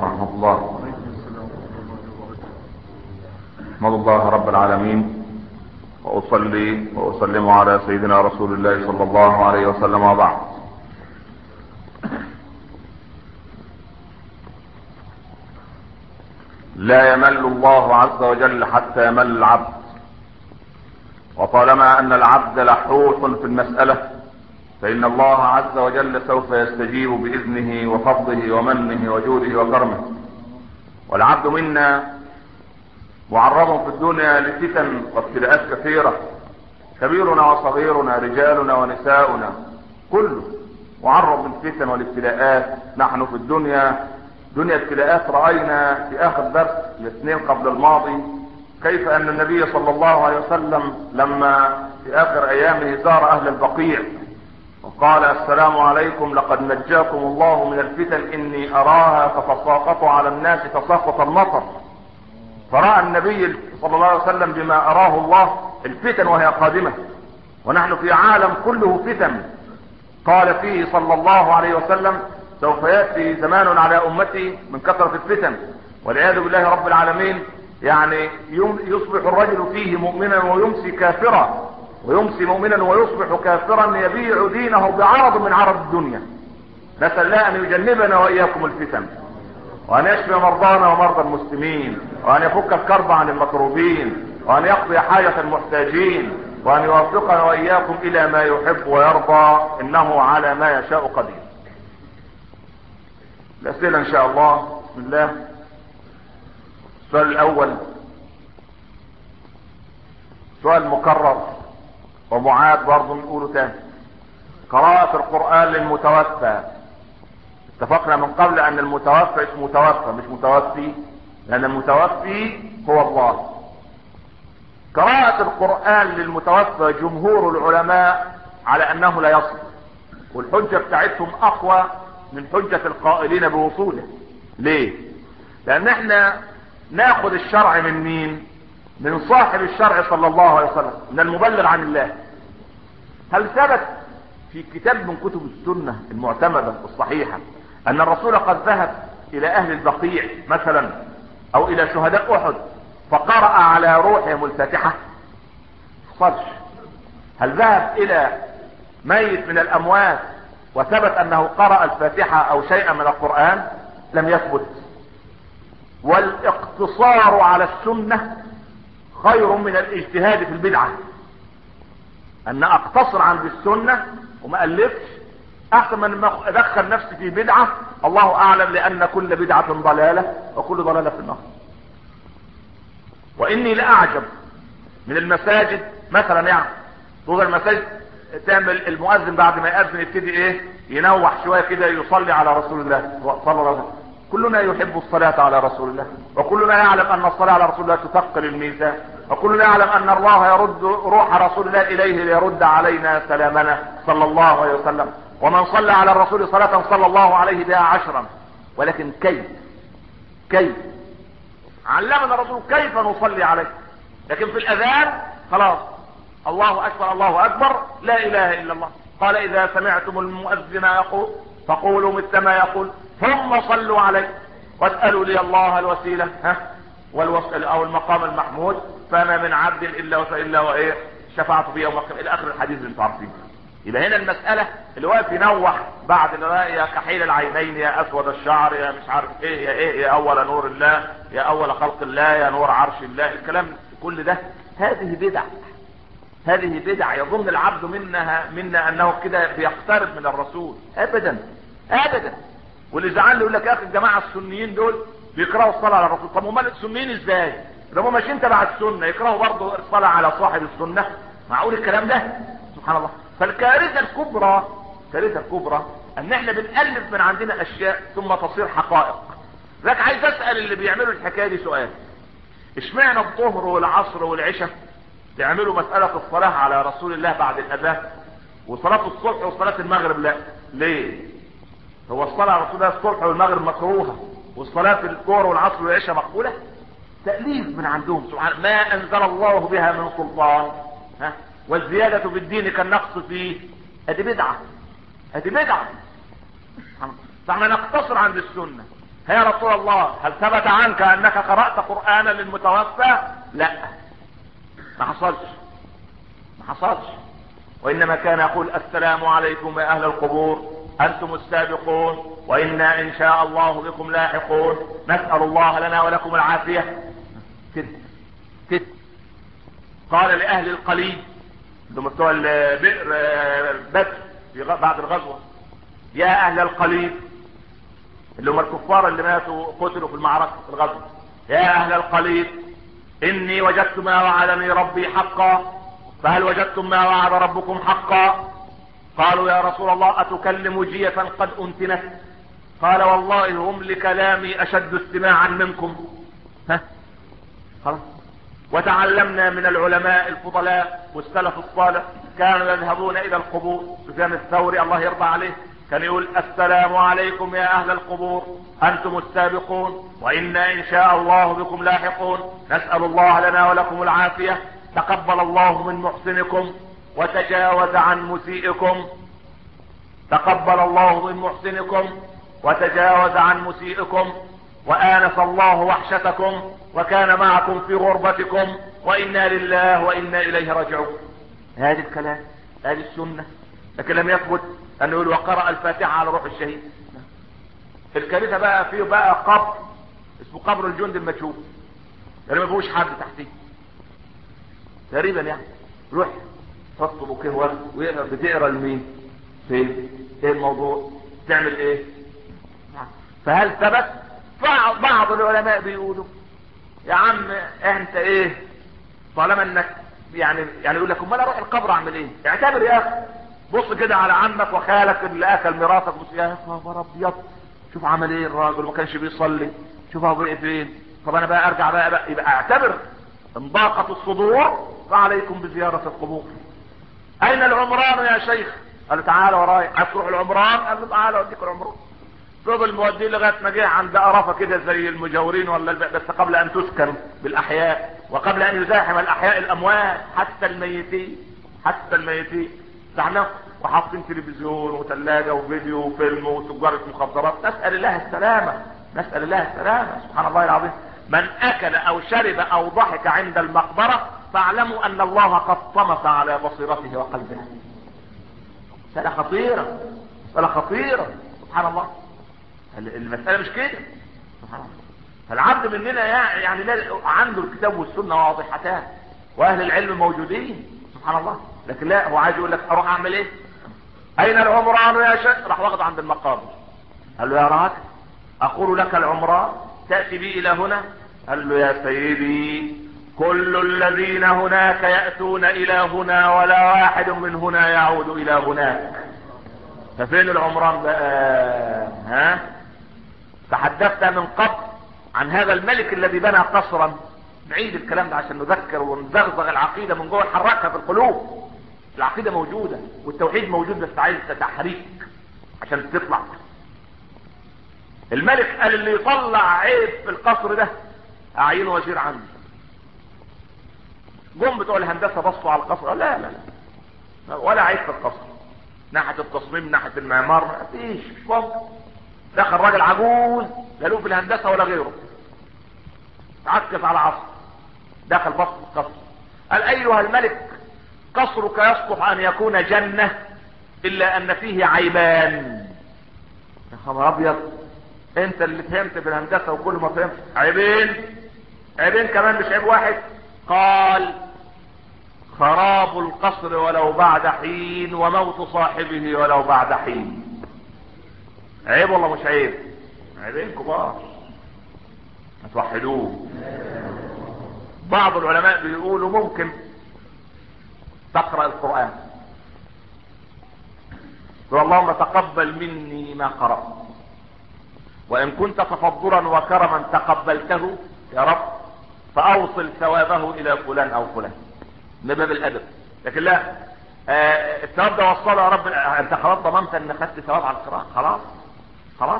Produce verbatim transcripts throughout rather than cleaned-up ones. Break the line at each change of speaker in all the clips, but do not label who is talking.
ورحمة الله. احمد الله رب العالمين وأصلي وأسلم على سيدنا رسول الله صلى الله عليه وسلم وبعد. لا يمل الله عز وجل حتى يمل العبد، وطالما أن العبد لحوح في المسألة فإن الله عز وجل سوف يستجيب بإذنه وفضله ومنه وجوده وكرمه. والعبد منا معرض في الدنيا لفتن وابتلاءات كثيرة، كبيرنا وصغيرنا رجالنا ونساؤنا كله معرض للفتن والابتلاءات. نحن في الدنيا دنيا ابتلاءات. رأينا في آخر درس الاثنين قبل الماضي كيف أن النبي صلى الله عليه وسلم لما في آخر أيامه زار أهل البقيع وقال السلام عليكم لقد نجاكم الله من الفتن إني أراها تتساقط على الناس تساقط المطر. فرأى النبي صلى الله عليه وسلم بما أراه الله الفتن وهي قادمة، ونحن في عالم كله فتن. قال فيه صلى الله عليه وسلم سوف يأتي زمان على أمتي من كثرة الفتن والعياذ بالله رب العالمين. يعني يصبح الرجل فيه مؤمنا ويمسي كافرا، ويمسي مؤمنا ويصبح كافرا يبيع دينه بعرض من عرض الدنيا. نسأل الله أن يجنبنا وإياكم الفتن، وأن يشفي مرضانا ومرضى المسلمين، وأن يفك الكرب عن المكروبين، وأن يقضي حاجة المحتاجين، وأن يوفقنا وإياكم إلى ما يحب ويرضى، إنه على ما يشاء قدير. الأسئلة إن شاء الله. بسم الله. السؤال الأول سؤال مكرر ومعاد برضه نقوله تاني. قراءة القرآن للمتوفى. اتفقنا من قبل أن المتوفى اسمه متوفى مش متوفي، لأن المتوفي هو الله. قراءة القرآن للمتوفى جمهور العلماء على أنه لا يصل، والحجة بتاعتهم أقوى من حجة القائلين بوصوله. ليه؟ لأن احنا ناخذ الشرع من مين؟ من صاحب الشرع صلى الله عليه وسلم، من المبلغ عن الله. هل ثبت في كتاب من كتب السنة المعتمدة الصحيحة أن الرسول قد ذهب إلى أهل البقيع مثلا أو إلى شهداء أحد فقرأ على روحهم الفاتحة؟ صدش. هل ذهب إلى ميت من الأموات وثبت أنه قرأ الفاتحة أو شيئا من القرآن؟ لم يثبت. والاقتصار على السنة خير من الاجتهاد في البدعة. أن أقتصر عند السنة وما ألفش أحسن من أدخل نفسي في بدعة، الله أعلم، لأن كل بدعة ضلالة وكل ضلالة في النار. وإني لأعجب من المساجد مثلا، يعني توضع المساجد تعمل المؤذن بعد ما يأذن يبتدي ايه ينوح شوية كده يصلي على رسول الله صلى الله عليه وسلم. كلنا يحب الصلاة على رسول الله، وكلنا يعلم أن الصلاة على رسول الله تثقل الميزان، وكلنا يعلم أن الله يرد روح رسول الله إليه ليرد علينا سلامنا صلى الله عليه وسلم. ومن صلى على الرسول صلاة صلى الله عليه بها عشرا. ولكن كيف كيف علمنا الرسول كيف نصلي عليه. لكن في الأذان خلاص الله أكبر الله أكبر لا إله إلا الله. قال إذا سمعتم المؤذن يقول فقولوا مثل ما يقول ثم صلوا عليه واسألوا لي الله الوسيلة ها والوسيلة أو المقام المحمود فما من عبد إلا وإلا وإيه شفاعته في يوم القيامة إلى آخر الحديث اللي انتم عارفينه. يبقى هنا المسألة اللي واقف ينوح بعد يا كحيل العينين يا أسود الشعر يا مش عارف إيه يا إيه يا أول نور الله يا أول خلق الله يا نور عرش الله، الكلام كل ده هذه بدع. هذه بدع يظن العبد منها منا أنه كده بيقترب من الرسول. أبدا أبدا. واللي زعل يقول لك يا أخي الجماعة السنيين دول بيكرهوا الصلاة على الرسول. طب امال السنيين ازاي؟ ده هم ماشيين تبع السنة يكرهوا برضه الصلاة على صاحب السنة؟ معقول الكلام ده؟ سبحان الله. فالكارثة الكبرى الكارثة الكبرى ان احنا بنألف من عندنا اشياء ثم تصير حقائق. لك عايز اسأل اللي بيعملوا الحكاية دي سؤال: اشمعنى الظهر والعصر والعشاء تعملوا مسألة الصلاة على رسول الله بعد الأذان وصلاة الصبح وصلاة المغرب لا؟ ليه؟ هو الصلاة على رسول الله الصبح والمغرب مكروهة والصلاة في الظهر والعصر والعشاء مقبولة؟ تأليف من عندهم سبحان ما أنزل الله بها من سلطان. ها؟ والزيادة في الدين كالنقص فيه. هذه بدعة هذه بدعة. فاحنا نقتصر عند السنة يا رسول الله هل ثبت عنك انك قرأت قرآنا للمتوفى؟ لا، ما حصلش ما حصلش وانما كان يقول السلام عليكم يا اهل القبور انتم السابقون وانا ان شاء الله بكم لاحقون نسأل الله لنا ولكم العافية. كده كده. قال لاهل القليل اللي بتوع البئر بدر بعد الغزوة، يا اهل القليل اللي هم الكفار اللي ماتوا قتلوا في المعركة في الغزوة، يا اهل القليل اني وجدت ما وعدني ربي حقا فهل وجدتم ما وعد ربكم حقا؟ قالوا يا رسول الله اتكلم جية قد انتنت؟ قال والله هم لكلامي اشد استماعا منكم. ها خلاص. وتعلمنا من العلماء الفضلاء والسلف الصالح كانوا يذهبون الى القبور. سفيان الثوري الله يرضى عليه كان يقول السلام عليكم يا اهل القبور انتم السابقون وانا ان شاء الله بكم لاحقون نسأل الله لنا ولكم العافية تقبل الله من محسنكم وتجاوز عن مسيئكم. تقبل الله من محسنكم وتجاوز عن مسيئكم وآنس الله وحشتكم وكان معكم في غربتكم وانا لله وانا اليه راجعون. هذا الكلام هذه السنة. لكن لم يثبت انه يقول وقرأ الفاتحة على روح الشهيد. الكارثة بقى فيه بقى قبر اسمه قبر الجند المجهول يعني ما فيهوش حد تحتيه تقريبا يعني. روح حط بوكيه ورد ويقرا بتقرا لمين؟ فين؟ ايه الموضوع؟ تعمل ايه؟ فهل ثبت؟ بعض العلماء بيقولوا يا عم انت ايه طالما انك يعني يعني يقول لك امال اروح القبر اعمل ايه؟ اعتبر يا اخي بص كده على عمك وخالك اللي اكل ميراثك بص يا خبر ابيض شوف عمل ايه الراجل ما كانش بيصلي شوف هو بقى فين. طب انا بقى ارجع بقى, بقى يبقى اعتبر ان ضاقت الصدور فعليكم بزيارة القبور. اين العمران يا شيخ؟ قال تعالى ورايا. عايز تروح العمران؟ قال له تعالى اوديك العمران. فضل موديه لغايه ما جه عند قرفه كده زي المجاورين ولا بس قبل ان تسكن بالاحياء وقبل ان يزاحم الاحياء الاموات حتى الميتين حتى الميتين زعلنا وحاطين تلفزيون وثلاجه وفيديو وفيلم وتجاره مخدرات. نسال الله السلامه نسال الله السلامه. سبحان الله العظيم. من اكل او شرب او ضحك عند المقبره فاعلموا ان الله قد طمس على بصيرته وقلبه. مسألة خطيرة مسألة خطيرة. سبحان الله. المسألة مش كده. سبحان الله. فالعبد مننا يعني لا عنده الكتاب والسنة واضحتان واهل العلم موجودين. سبحان الله. لكن لا هو عايز يقول لك اروح اعمل ايه؟ اين العمران يا شيخ؟ راح واخد عند المقابر. قال له يا راجل اقول لك العمران تأتي بي الى هنا؟ قال له يا سيدي كل الذين هناك يأتون الى هنا ولا واحد من هنا يعود الى هناك. ففين العمران بقى؟ ها؟ تحدثت من قبل عن هذا الملك الذي بنى قصرا. نعيد الكلام ده عشان نذكر ونزغزغ العقيدة من جوه نحركها في القلوب. العقيدة موجودة والتوحيد موجود بس عايز تحريك عشان تطلع. الملك قال اللي يطلع عيب في القصر ده اعينه وزير عنه. جم بتوع الهندسة بصوا على القصر لا لا لا ولا عيب في القصر ناحية التصميم ناحية المعمار ما فيش مش ممكن. دخل راجل عجوز لا له في الهندسة ولا غيره عكس على عصر دخل بص القصر قال ايها الملك قصرك يصلح ان يكون جنة الا ان فيه عيبان. يا خبر ابيض انت اللي فهمت في الهندسة وكل ما فهمت عيبين عيبين كمان مش عيب واحد. قال خراب القصر ولو بعد حين وموت صاحبه ولو بعد حين. عيب والله مش عيب؟ عيبين كبار هتوحدوه. بعض العلماء بيقولوا ممكن تقرأ القرآن اللهم تقبل مني ما قرأت وان كنت تفضلا وكرما تقبلته يا رب فاوصل ثوابه الى فلان او فلان من باب الادب. لكن لا آه الثواب ده وصله يا رب انت خلاص ضمنت ان خدت ثواب على القراءة خلاص خلاص.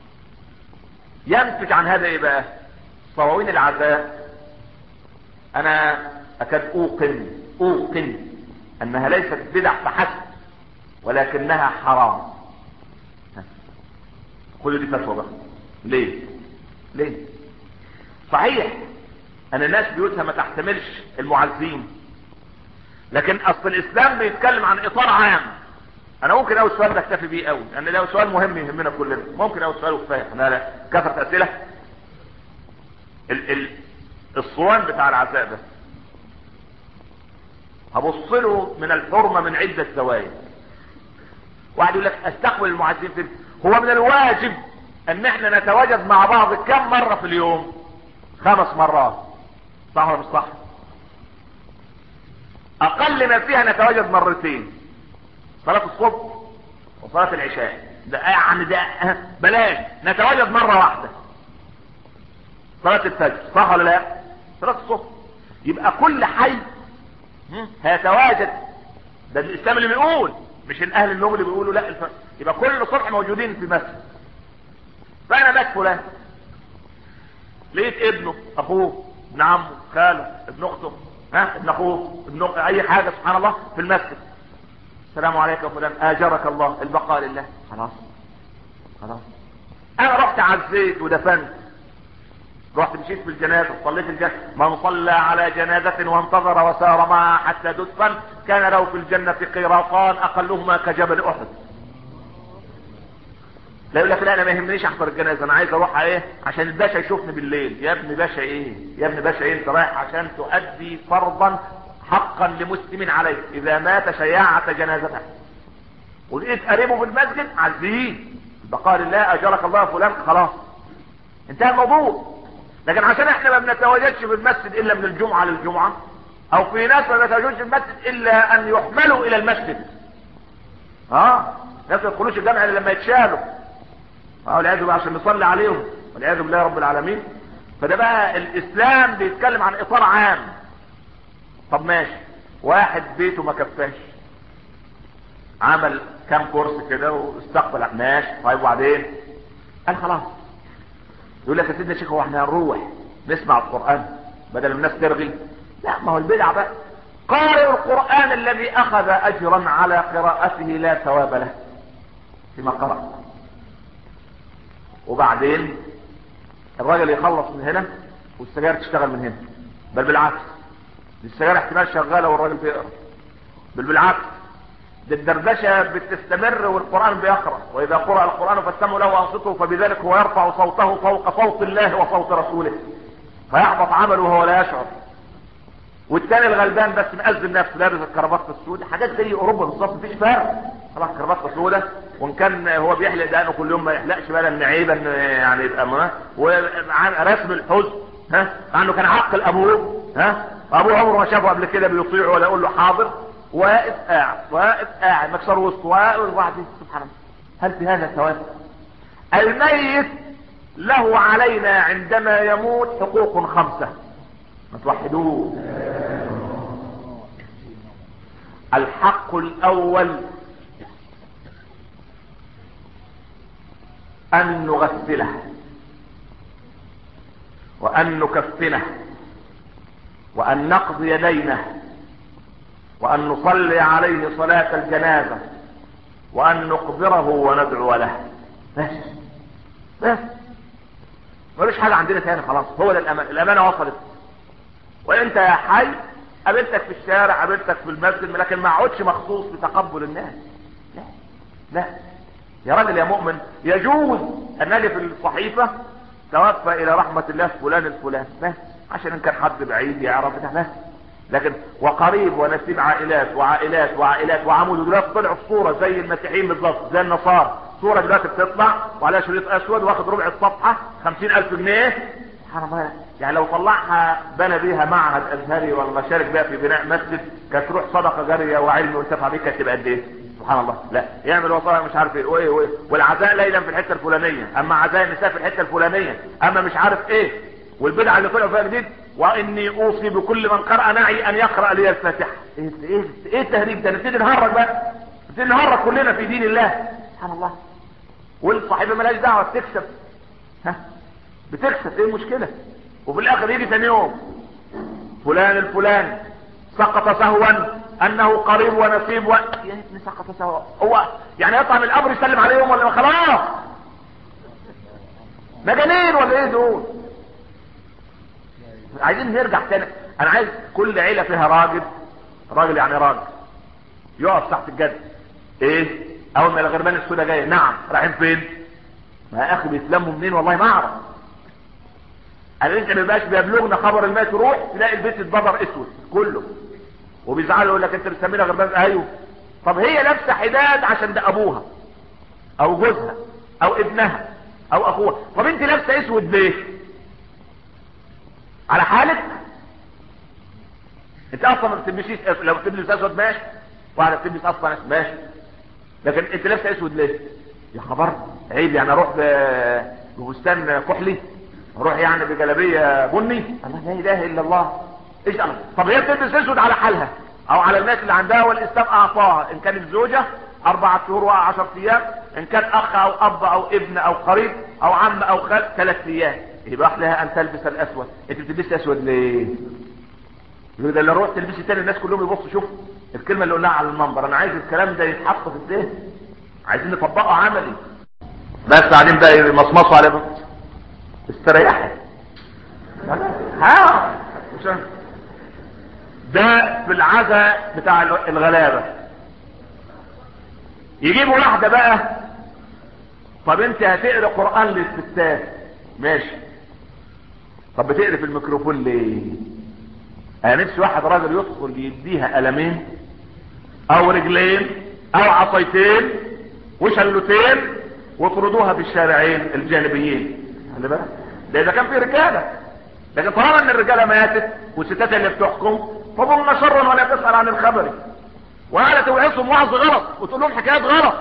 ينتج عن هذا ايه بقى؟ صواوين العزاء انا اكاد اوقن اوقن انها ليست بدع فحسب ولكنها حرام. خذوا دي فتوى بقى. ليه؟ ليه؟ صحيح ان الناس بيوتها ما تحتملش المعزين، لكن اصل الاسلام بيتكلم عن اطار عام. انا ممكن اول سؤال نكتفي بيه قوي لان ده سؤال مهم يهمنا كلنا، ممكن اول سؤال وكفايه، انا كثرة اسئله. ال ال الصوان بتاع العزاء ده هبص له من الحرمه من عده زوايا. واحد يقول لك استقبل المعزين فين؟ هو من الواجب ان احنا نتواجد مع بعض كم مره في اليوم؟ خمس مرات، صح ولا مش صح؟ اقل ما فيها نتواجد مرتين، صلاة الصبح وصلاة العشاء. ده يعني ده بلاش نتواجد مرة واحدة، صلاة الفجر، صح ولا لا؟ صلاة الصبح. يبقى كل حي هيتواجد. ده الاسلام اللي بيقول، مش الاهل النوم اللي بيقولوا لا الف... يبقى كل صبح موجودين في مسجد. فانا مات فلان، لقيت ابنه، اخوه، ابن عمه، خاله، ابن اخته، ها ابن اخوه، ابن أخ... اي حاجه، سبحان الله، في المسجد. السلام عليكم فلان، اجرك الله، البقاء لله. خلاص خلاص. انا رحت عزيت ودفنت، رحت مشيت في الجنازه، صليت الجنازه. من صلى على جنازه وانتظر وسار معها حتى تدفن كان له في الجنه قيراطان اقلهما كجبل احد. لا يقول لك لا انا ما يهمنيش احضر الجنازه، انا عايز اروح ايه عشان الباشا يشوفني بالليل. يا ابن باشا ايه؟ يا ابن باشا ايه؟ انت رايح عشان تؤدي فرضا حقا لمسلم عليك. اذا مات شياعة جنازته ولقيت قريبه في المسجد عزيه، البقاء لله، اجرك الله فلان، خلاص انتهى الموضوع. لكن عشان احنا ما بنتواجدش في المسجد الا من الجمعة للجمعة، او في ناس ما بيتواجدوش في المسجد الا ان يحملوا الى المسجد. اه ناس ما يدخلوش الجامع الا لما يتشالوا، اه والعياذ بالله، عشان نصلي عليهم والعياذ بالله رب العالمين. فده بقى الاسلام بيتكلم عن اطار عام. طب ماشي، واحد بيته ما كفاش، عمل كام كورس كده واستقبل، ماشي طيب وبعدين؟ قال خلاص. يقول لك يا سيدنا الشيخ هو احنا هنروح نسمع القرآن بدل الناس ترغي؟ لا، ما هو البدعة بقى. قارئ القرآن الذي اخذ اجرا على قراءته لا ثواب له فيما قرأ. وبعدين الراجل يخلص من هنا والسجارة تشتغل من هنا، بل بالعكس، السجارة احتمال شغالة والراجل بيقرأ، بل بالعكس، ده الدردشة بتستمر والقرآن بيقرأ. واذا قرأ القرآن فاستمعوا له وانصتوا فبذلك هو يرفع صوته فوق صوت الله وصوت رسوله فيحبط عمله وهو لا يشعر. والتاني الغلبان بس مأذن نفسه لابس الكرافته السوداء، حاجات زي اوروبا بالظبط، مفيش فرق. خلاص كرافته سوداء، وان كان هو بيحلق دقنه كل يوم ما يحلقش بقى لان عيبا يعني يبقى منه، ورسم الحزن، ها مع انه كان عقل ابوه، ها ابوه عمره ما شافه قبل كده بيطيعه ولا يقول له حاضر، واقف قاعد واقف قاعد مكسر وسطه وبعدين سبحان الله. هل في هذا ثواب؟ الميت له علينا عندما يموت حقوق خمسة، ما توحدوه. الحق الاول ان نغسله وان نكفنه وان نقضي دينه وان نصلي عليه صلاة الجنازة وان نقبره وندعو له. بس بس ملوش حاجة عندنا تاني، خلاص هو ده الأمان. الأمانة وصلت. وانت يا حي قابلتك في الشارع، قابلتك في المسجد، لكن ما اقعدش مخصوص لتقبل الناس. لا لا يا راجل يا مؤمن، يجوز ان نجي في الصحيفة توفى الى رحمة الله فلان الفلان، بس عشان ان كان حد بعيد يعرف ده بس. لكن وقريب ونسيب عائلات وعائلات وعائلات وعمود دلوقتي طلعوا في صورة زي المسيحيين بالظبط، زي النصارى، صورة دلوقتي بتطلع وعلى شريط اسود واخد ربع الصفحة خمسين الف جنيه. سبحان الله، يعني لو طلعها بنى بيها معهد ازهري ولا شارك بيها في بناء مسجد كانت تروح صدقة جارية وعلم وانتفع بيه، كانت تبقى قد ايه؟ سبحان الله. لا يعمل وصايا مش عارف ايه وايه وايه، والعزاء ليلا في الحته الفلانيه، اما عزاء النساء في الحته الفلانيه، اما مش عارف ايه، والبدعه اللي طلعوا فيها جديد، واني اوصي بكل من قرأ معي ان يقرأ لي الفاتحه. ايه ايه ايه التهريج ده؟ نبتدي نهرج بقى، نبتدي نهرج كلنا في دين الله. سبحان الله. والصحيفه مالهاش دعوه، بتكسب، ها بتكسب، ايه المشكله؟ وفي الاخر يجي ثاني يوم فلان الفلان سقط سهوا انه قريب ونسيب و... يا ابني سقط سهوا، هو يعني يطلع من القبر يسلم عليهم ولا خلاص؟ مجانين ولا ايه دول؟ عايزين نرجع تاني. انا عايز كل عيلة فيها راجل، راجل يعني راجل يقف تحت الجد. ايه اول ما الغربان السوداء جايه، نعم رايحين فين؟ ما يا اخي بيتلموا منين؟ والله ما اعرف. انا انت ما بيبقاش بيبلغنا خبر الماء، تروح تلاقي البيت اتبدر اسود كله، وبيزعلوا يقول لك انت بتسمينا غربان. ايوه. طب هي لابسه حداد عشان ده ابوها او جوزها او ابنها او اخوها، طب انت لابسه اسود ليه؟ على حالك انت اصلا ما بتلبسيش. لو بتلبس اسود ماشي، واحده بتلبس اصلا ماشي، لكن انت لابسه اسود ليه؟ يا خبر عيب يعني. اروح بفستان كحلي، اروح يعني بجلابيه بني؟ الله لا اله الا الله. ايش الله؟ طب هي بتلبس اسود على حالها او على الناس اللي عندها، والاسلام اعطاها ان كانت زوجه اربعة شهور وعشر ايام، ان كان اخ او اب او ابن او قريب او عم او خال ثلاث ايام، يبقى لها ان تلبس الاسود. انت بتلبسي اسود ليه؟ ده اللي روح تلبسي تاني الناس كلهم يبصوا. شوف الكلمه اللي قلناها على المنبر، انا عايز الكلام ده يتحط في الذهن، عايزين نطبقه عملي. بس بعدين بقى يمصمصوا على بقى استريحوا. ها ده في العزاء بتاع الغلابه. يجيبوا واحده بقى، طب انت هتقرا قران للستات ماشي، طب بتقرا في الميكروفون ليه؟ انا نفسي واحد راجل يدخل يديها قلمين او رجلين او عصايتين وشلتين وطردوها في الشارعين الجانبيين. خلي بالك ده اذا كان في رجاله، لكن طالما ان الرجاله ماتت والستات اللي بتحكم، فضلنا شرا ولا تسال عن الخبر، ولا توعظهم وعظ غلط وتقول لهم حكايات غلط.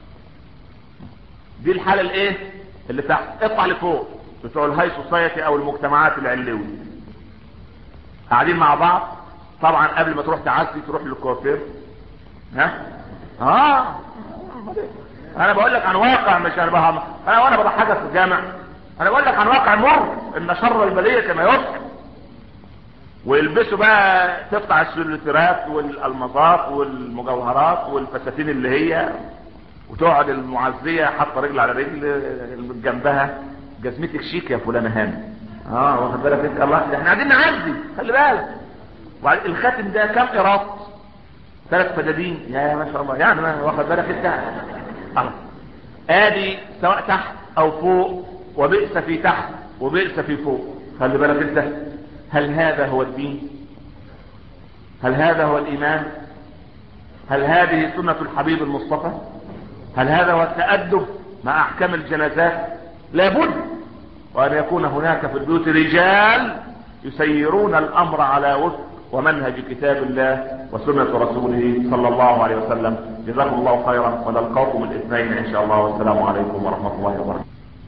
دي الحاله الايه اللي تحت. اطلع لفوق بتوع الهاي سوسايتي او المجتمعات العلوي، قاعدين مع بعض طبعا قبل ما تروح تعزي تروح للكوافير. ها اه انا بقول لك عن واقع، مش انا بهم. انا وانا بضحكك في الجامع، انا بقول لك عن واقع مر ان شر البليه كما يذكر. ويلبسوا بقى تقطع السلوترات والالمظات والمجوهرات والفساتين اللي هي، وتقعد المعزيه حاطه رجل على رجل جنبها، جزمتك شيك يا فلانه هانم. اه واخد بالك انت؟ الله ده احنا قاعدين نعزي، خلي بالك. وبعد الخاتم ده كام قيراط؟ ثلاث فدادين يا ما شاء الله يعني، ما واخد بالك انت؟ الله ادي سواء تحت او فوق، وبئس في تحت وبئس في فوق. خلي بالك انت، هل هذا هو الدين؟ هل هذا هو الايمان؟ هل هذه سنة الحبيب المصطفى؟ هل هذا هو التأدب مع احكام الجنازات؟ لابد وان يكون هناك في البيوت رجال يسيرون الامر على وفق ومنهج كتاب الله وسنة رسوله صلى الله عليه وسلم. جزاكم الله خيرا، ونلقاكم الاثنين ان شاء الله، والسلام عليكم ورحمة الله وبركاته.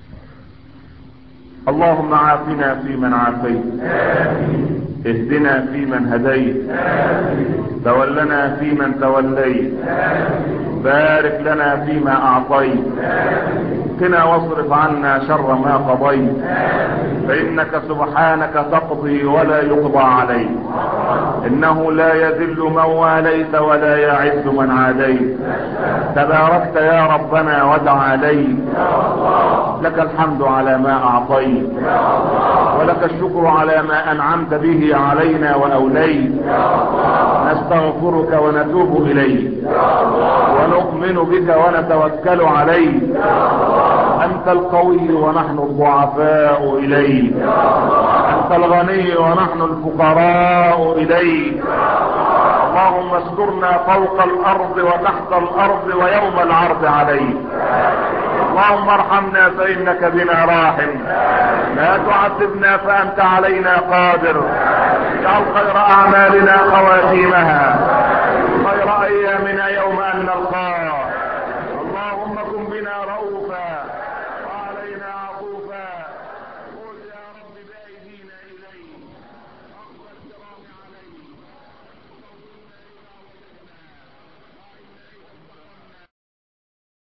اللهم عافنا فيمن عافيت، اهدنا فيمن هديت، تولنا فيمن توليت، بارك لنا فيما اعطيت، قنا واصرف عنا شر ما قضيت، فانك سبحانك تقضي ولا يقضى عليك، انه لا يذل من واليت ولا يعز من عاديت، تباركت يا ربنا وتعاليت. لك الحمد على ما اعطيت، ولك الشكر على ما انعمت به علينا واوليت. نستغفرك ونتوب اليك، ونؤمن بك ونتوكل عليك. انت القوي ونحن الضعفاء اليك، انت الغني ونحن الفقراء اليك. اللهم استرنا فوق الارض وتحت الارض ويوم العرض عليك. اللهم ارحمنا فانك بنا راحم، لا تعذبنا فانت علينا قادر. اجعل خير اعمالنا خواتيمها،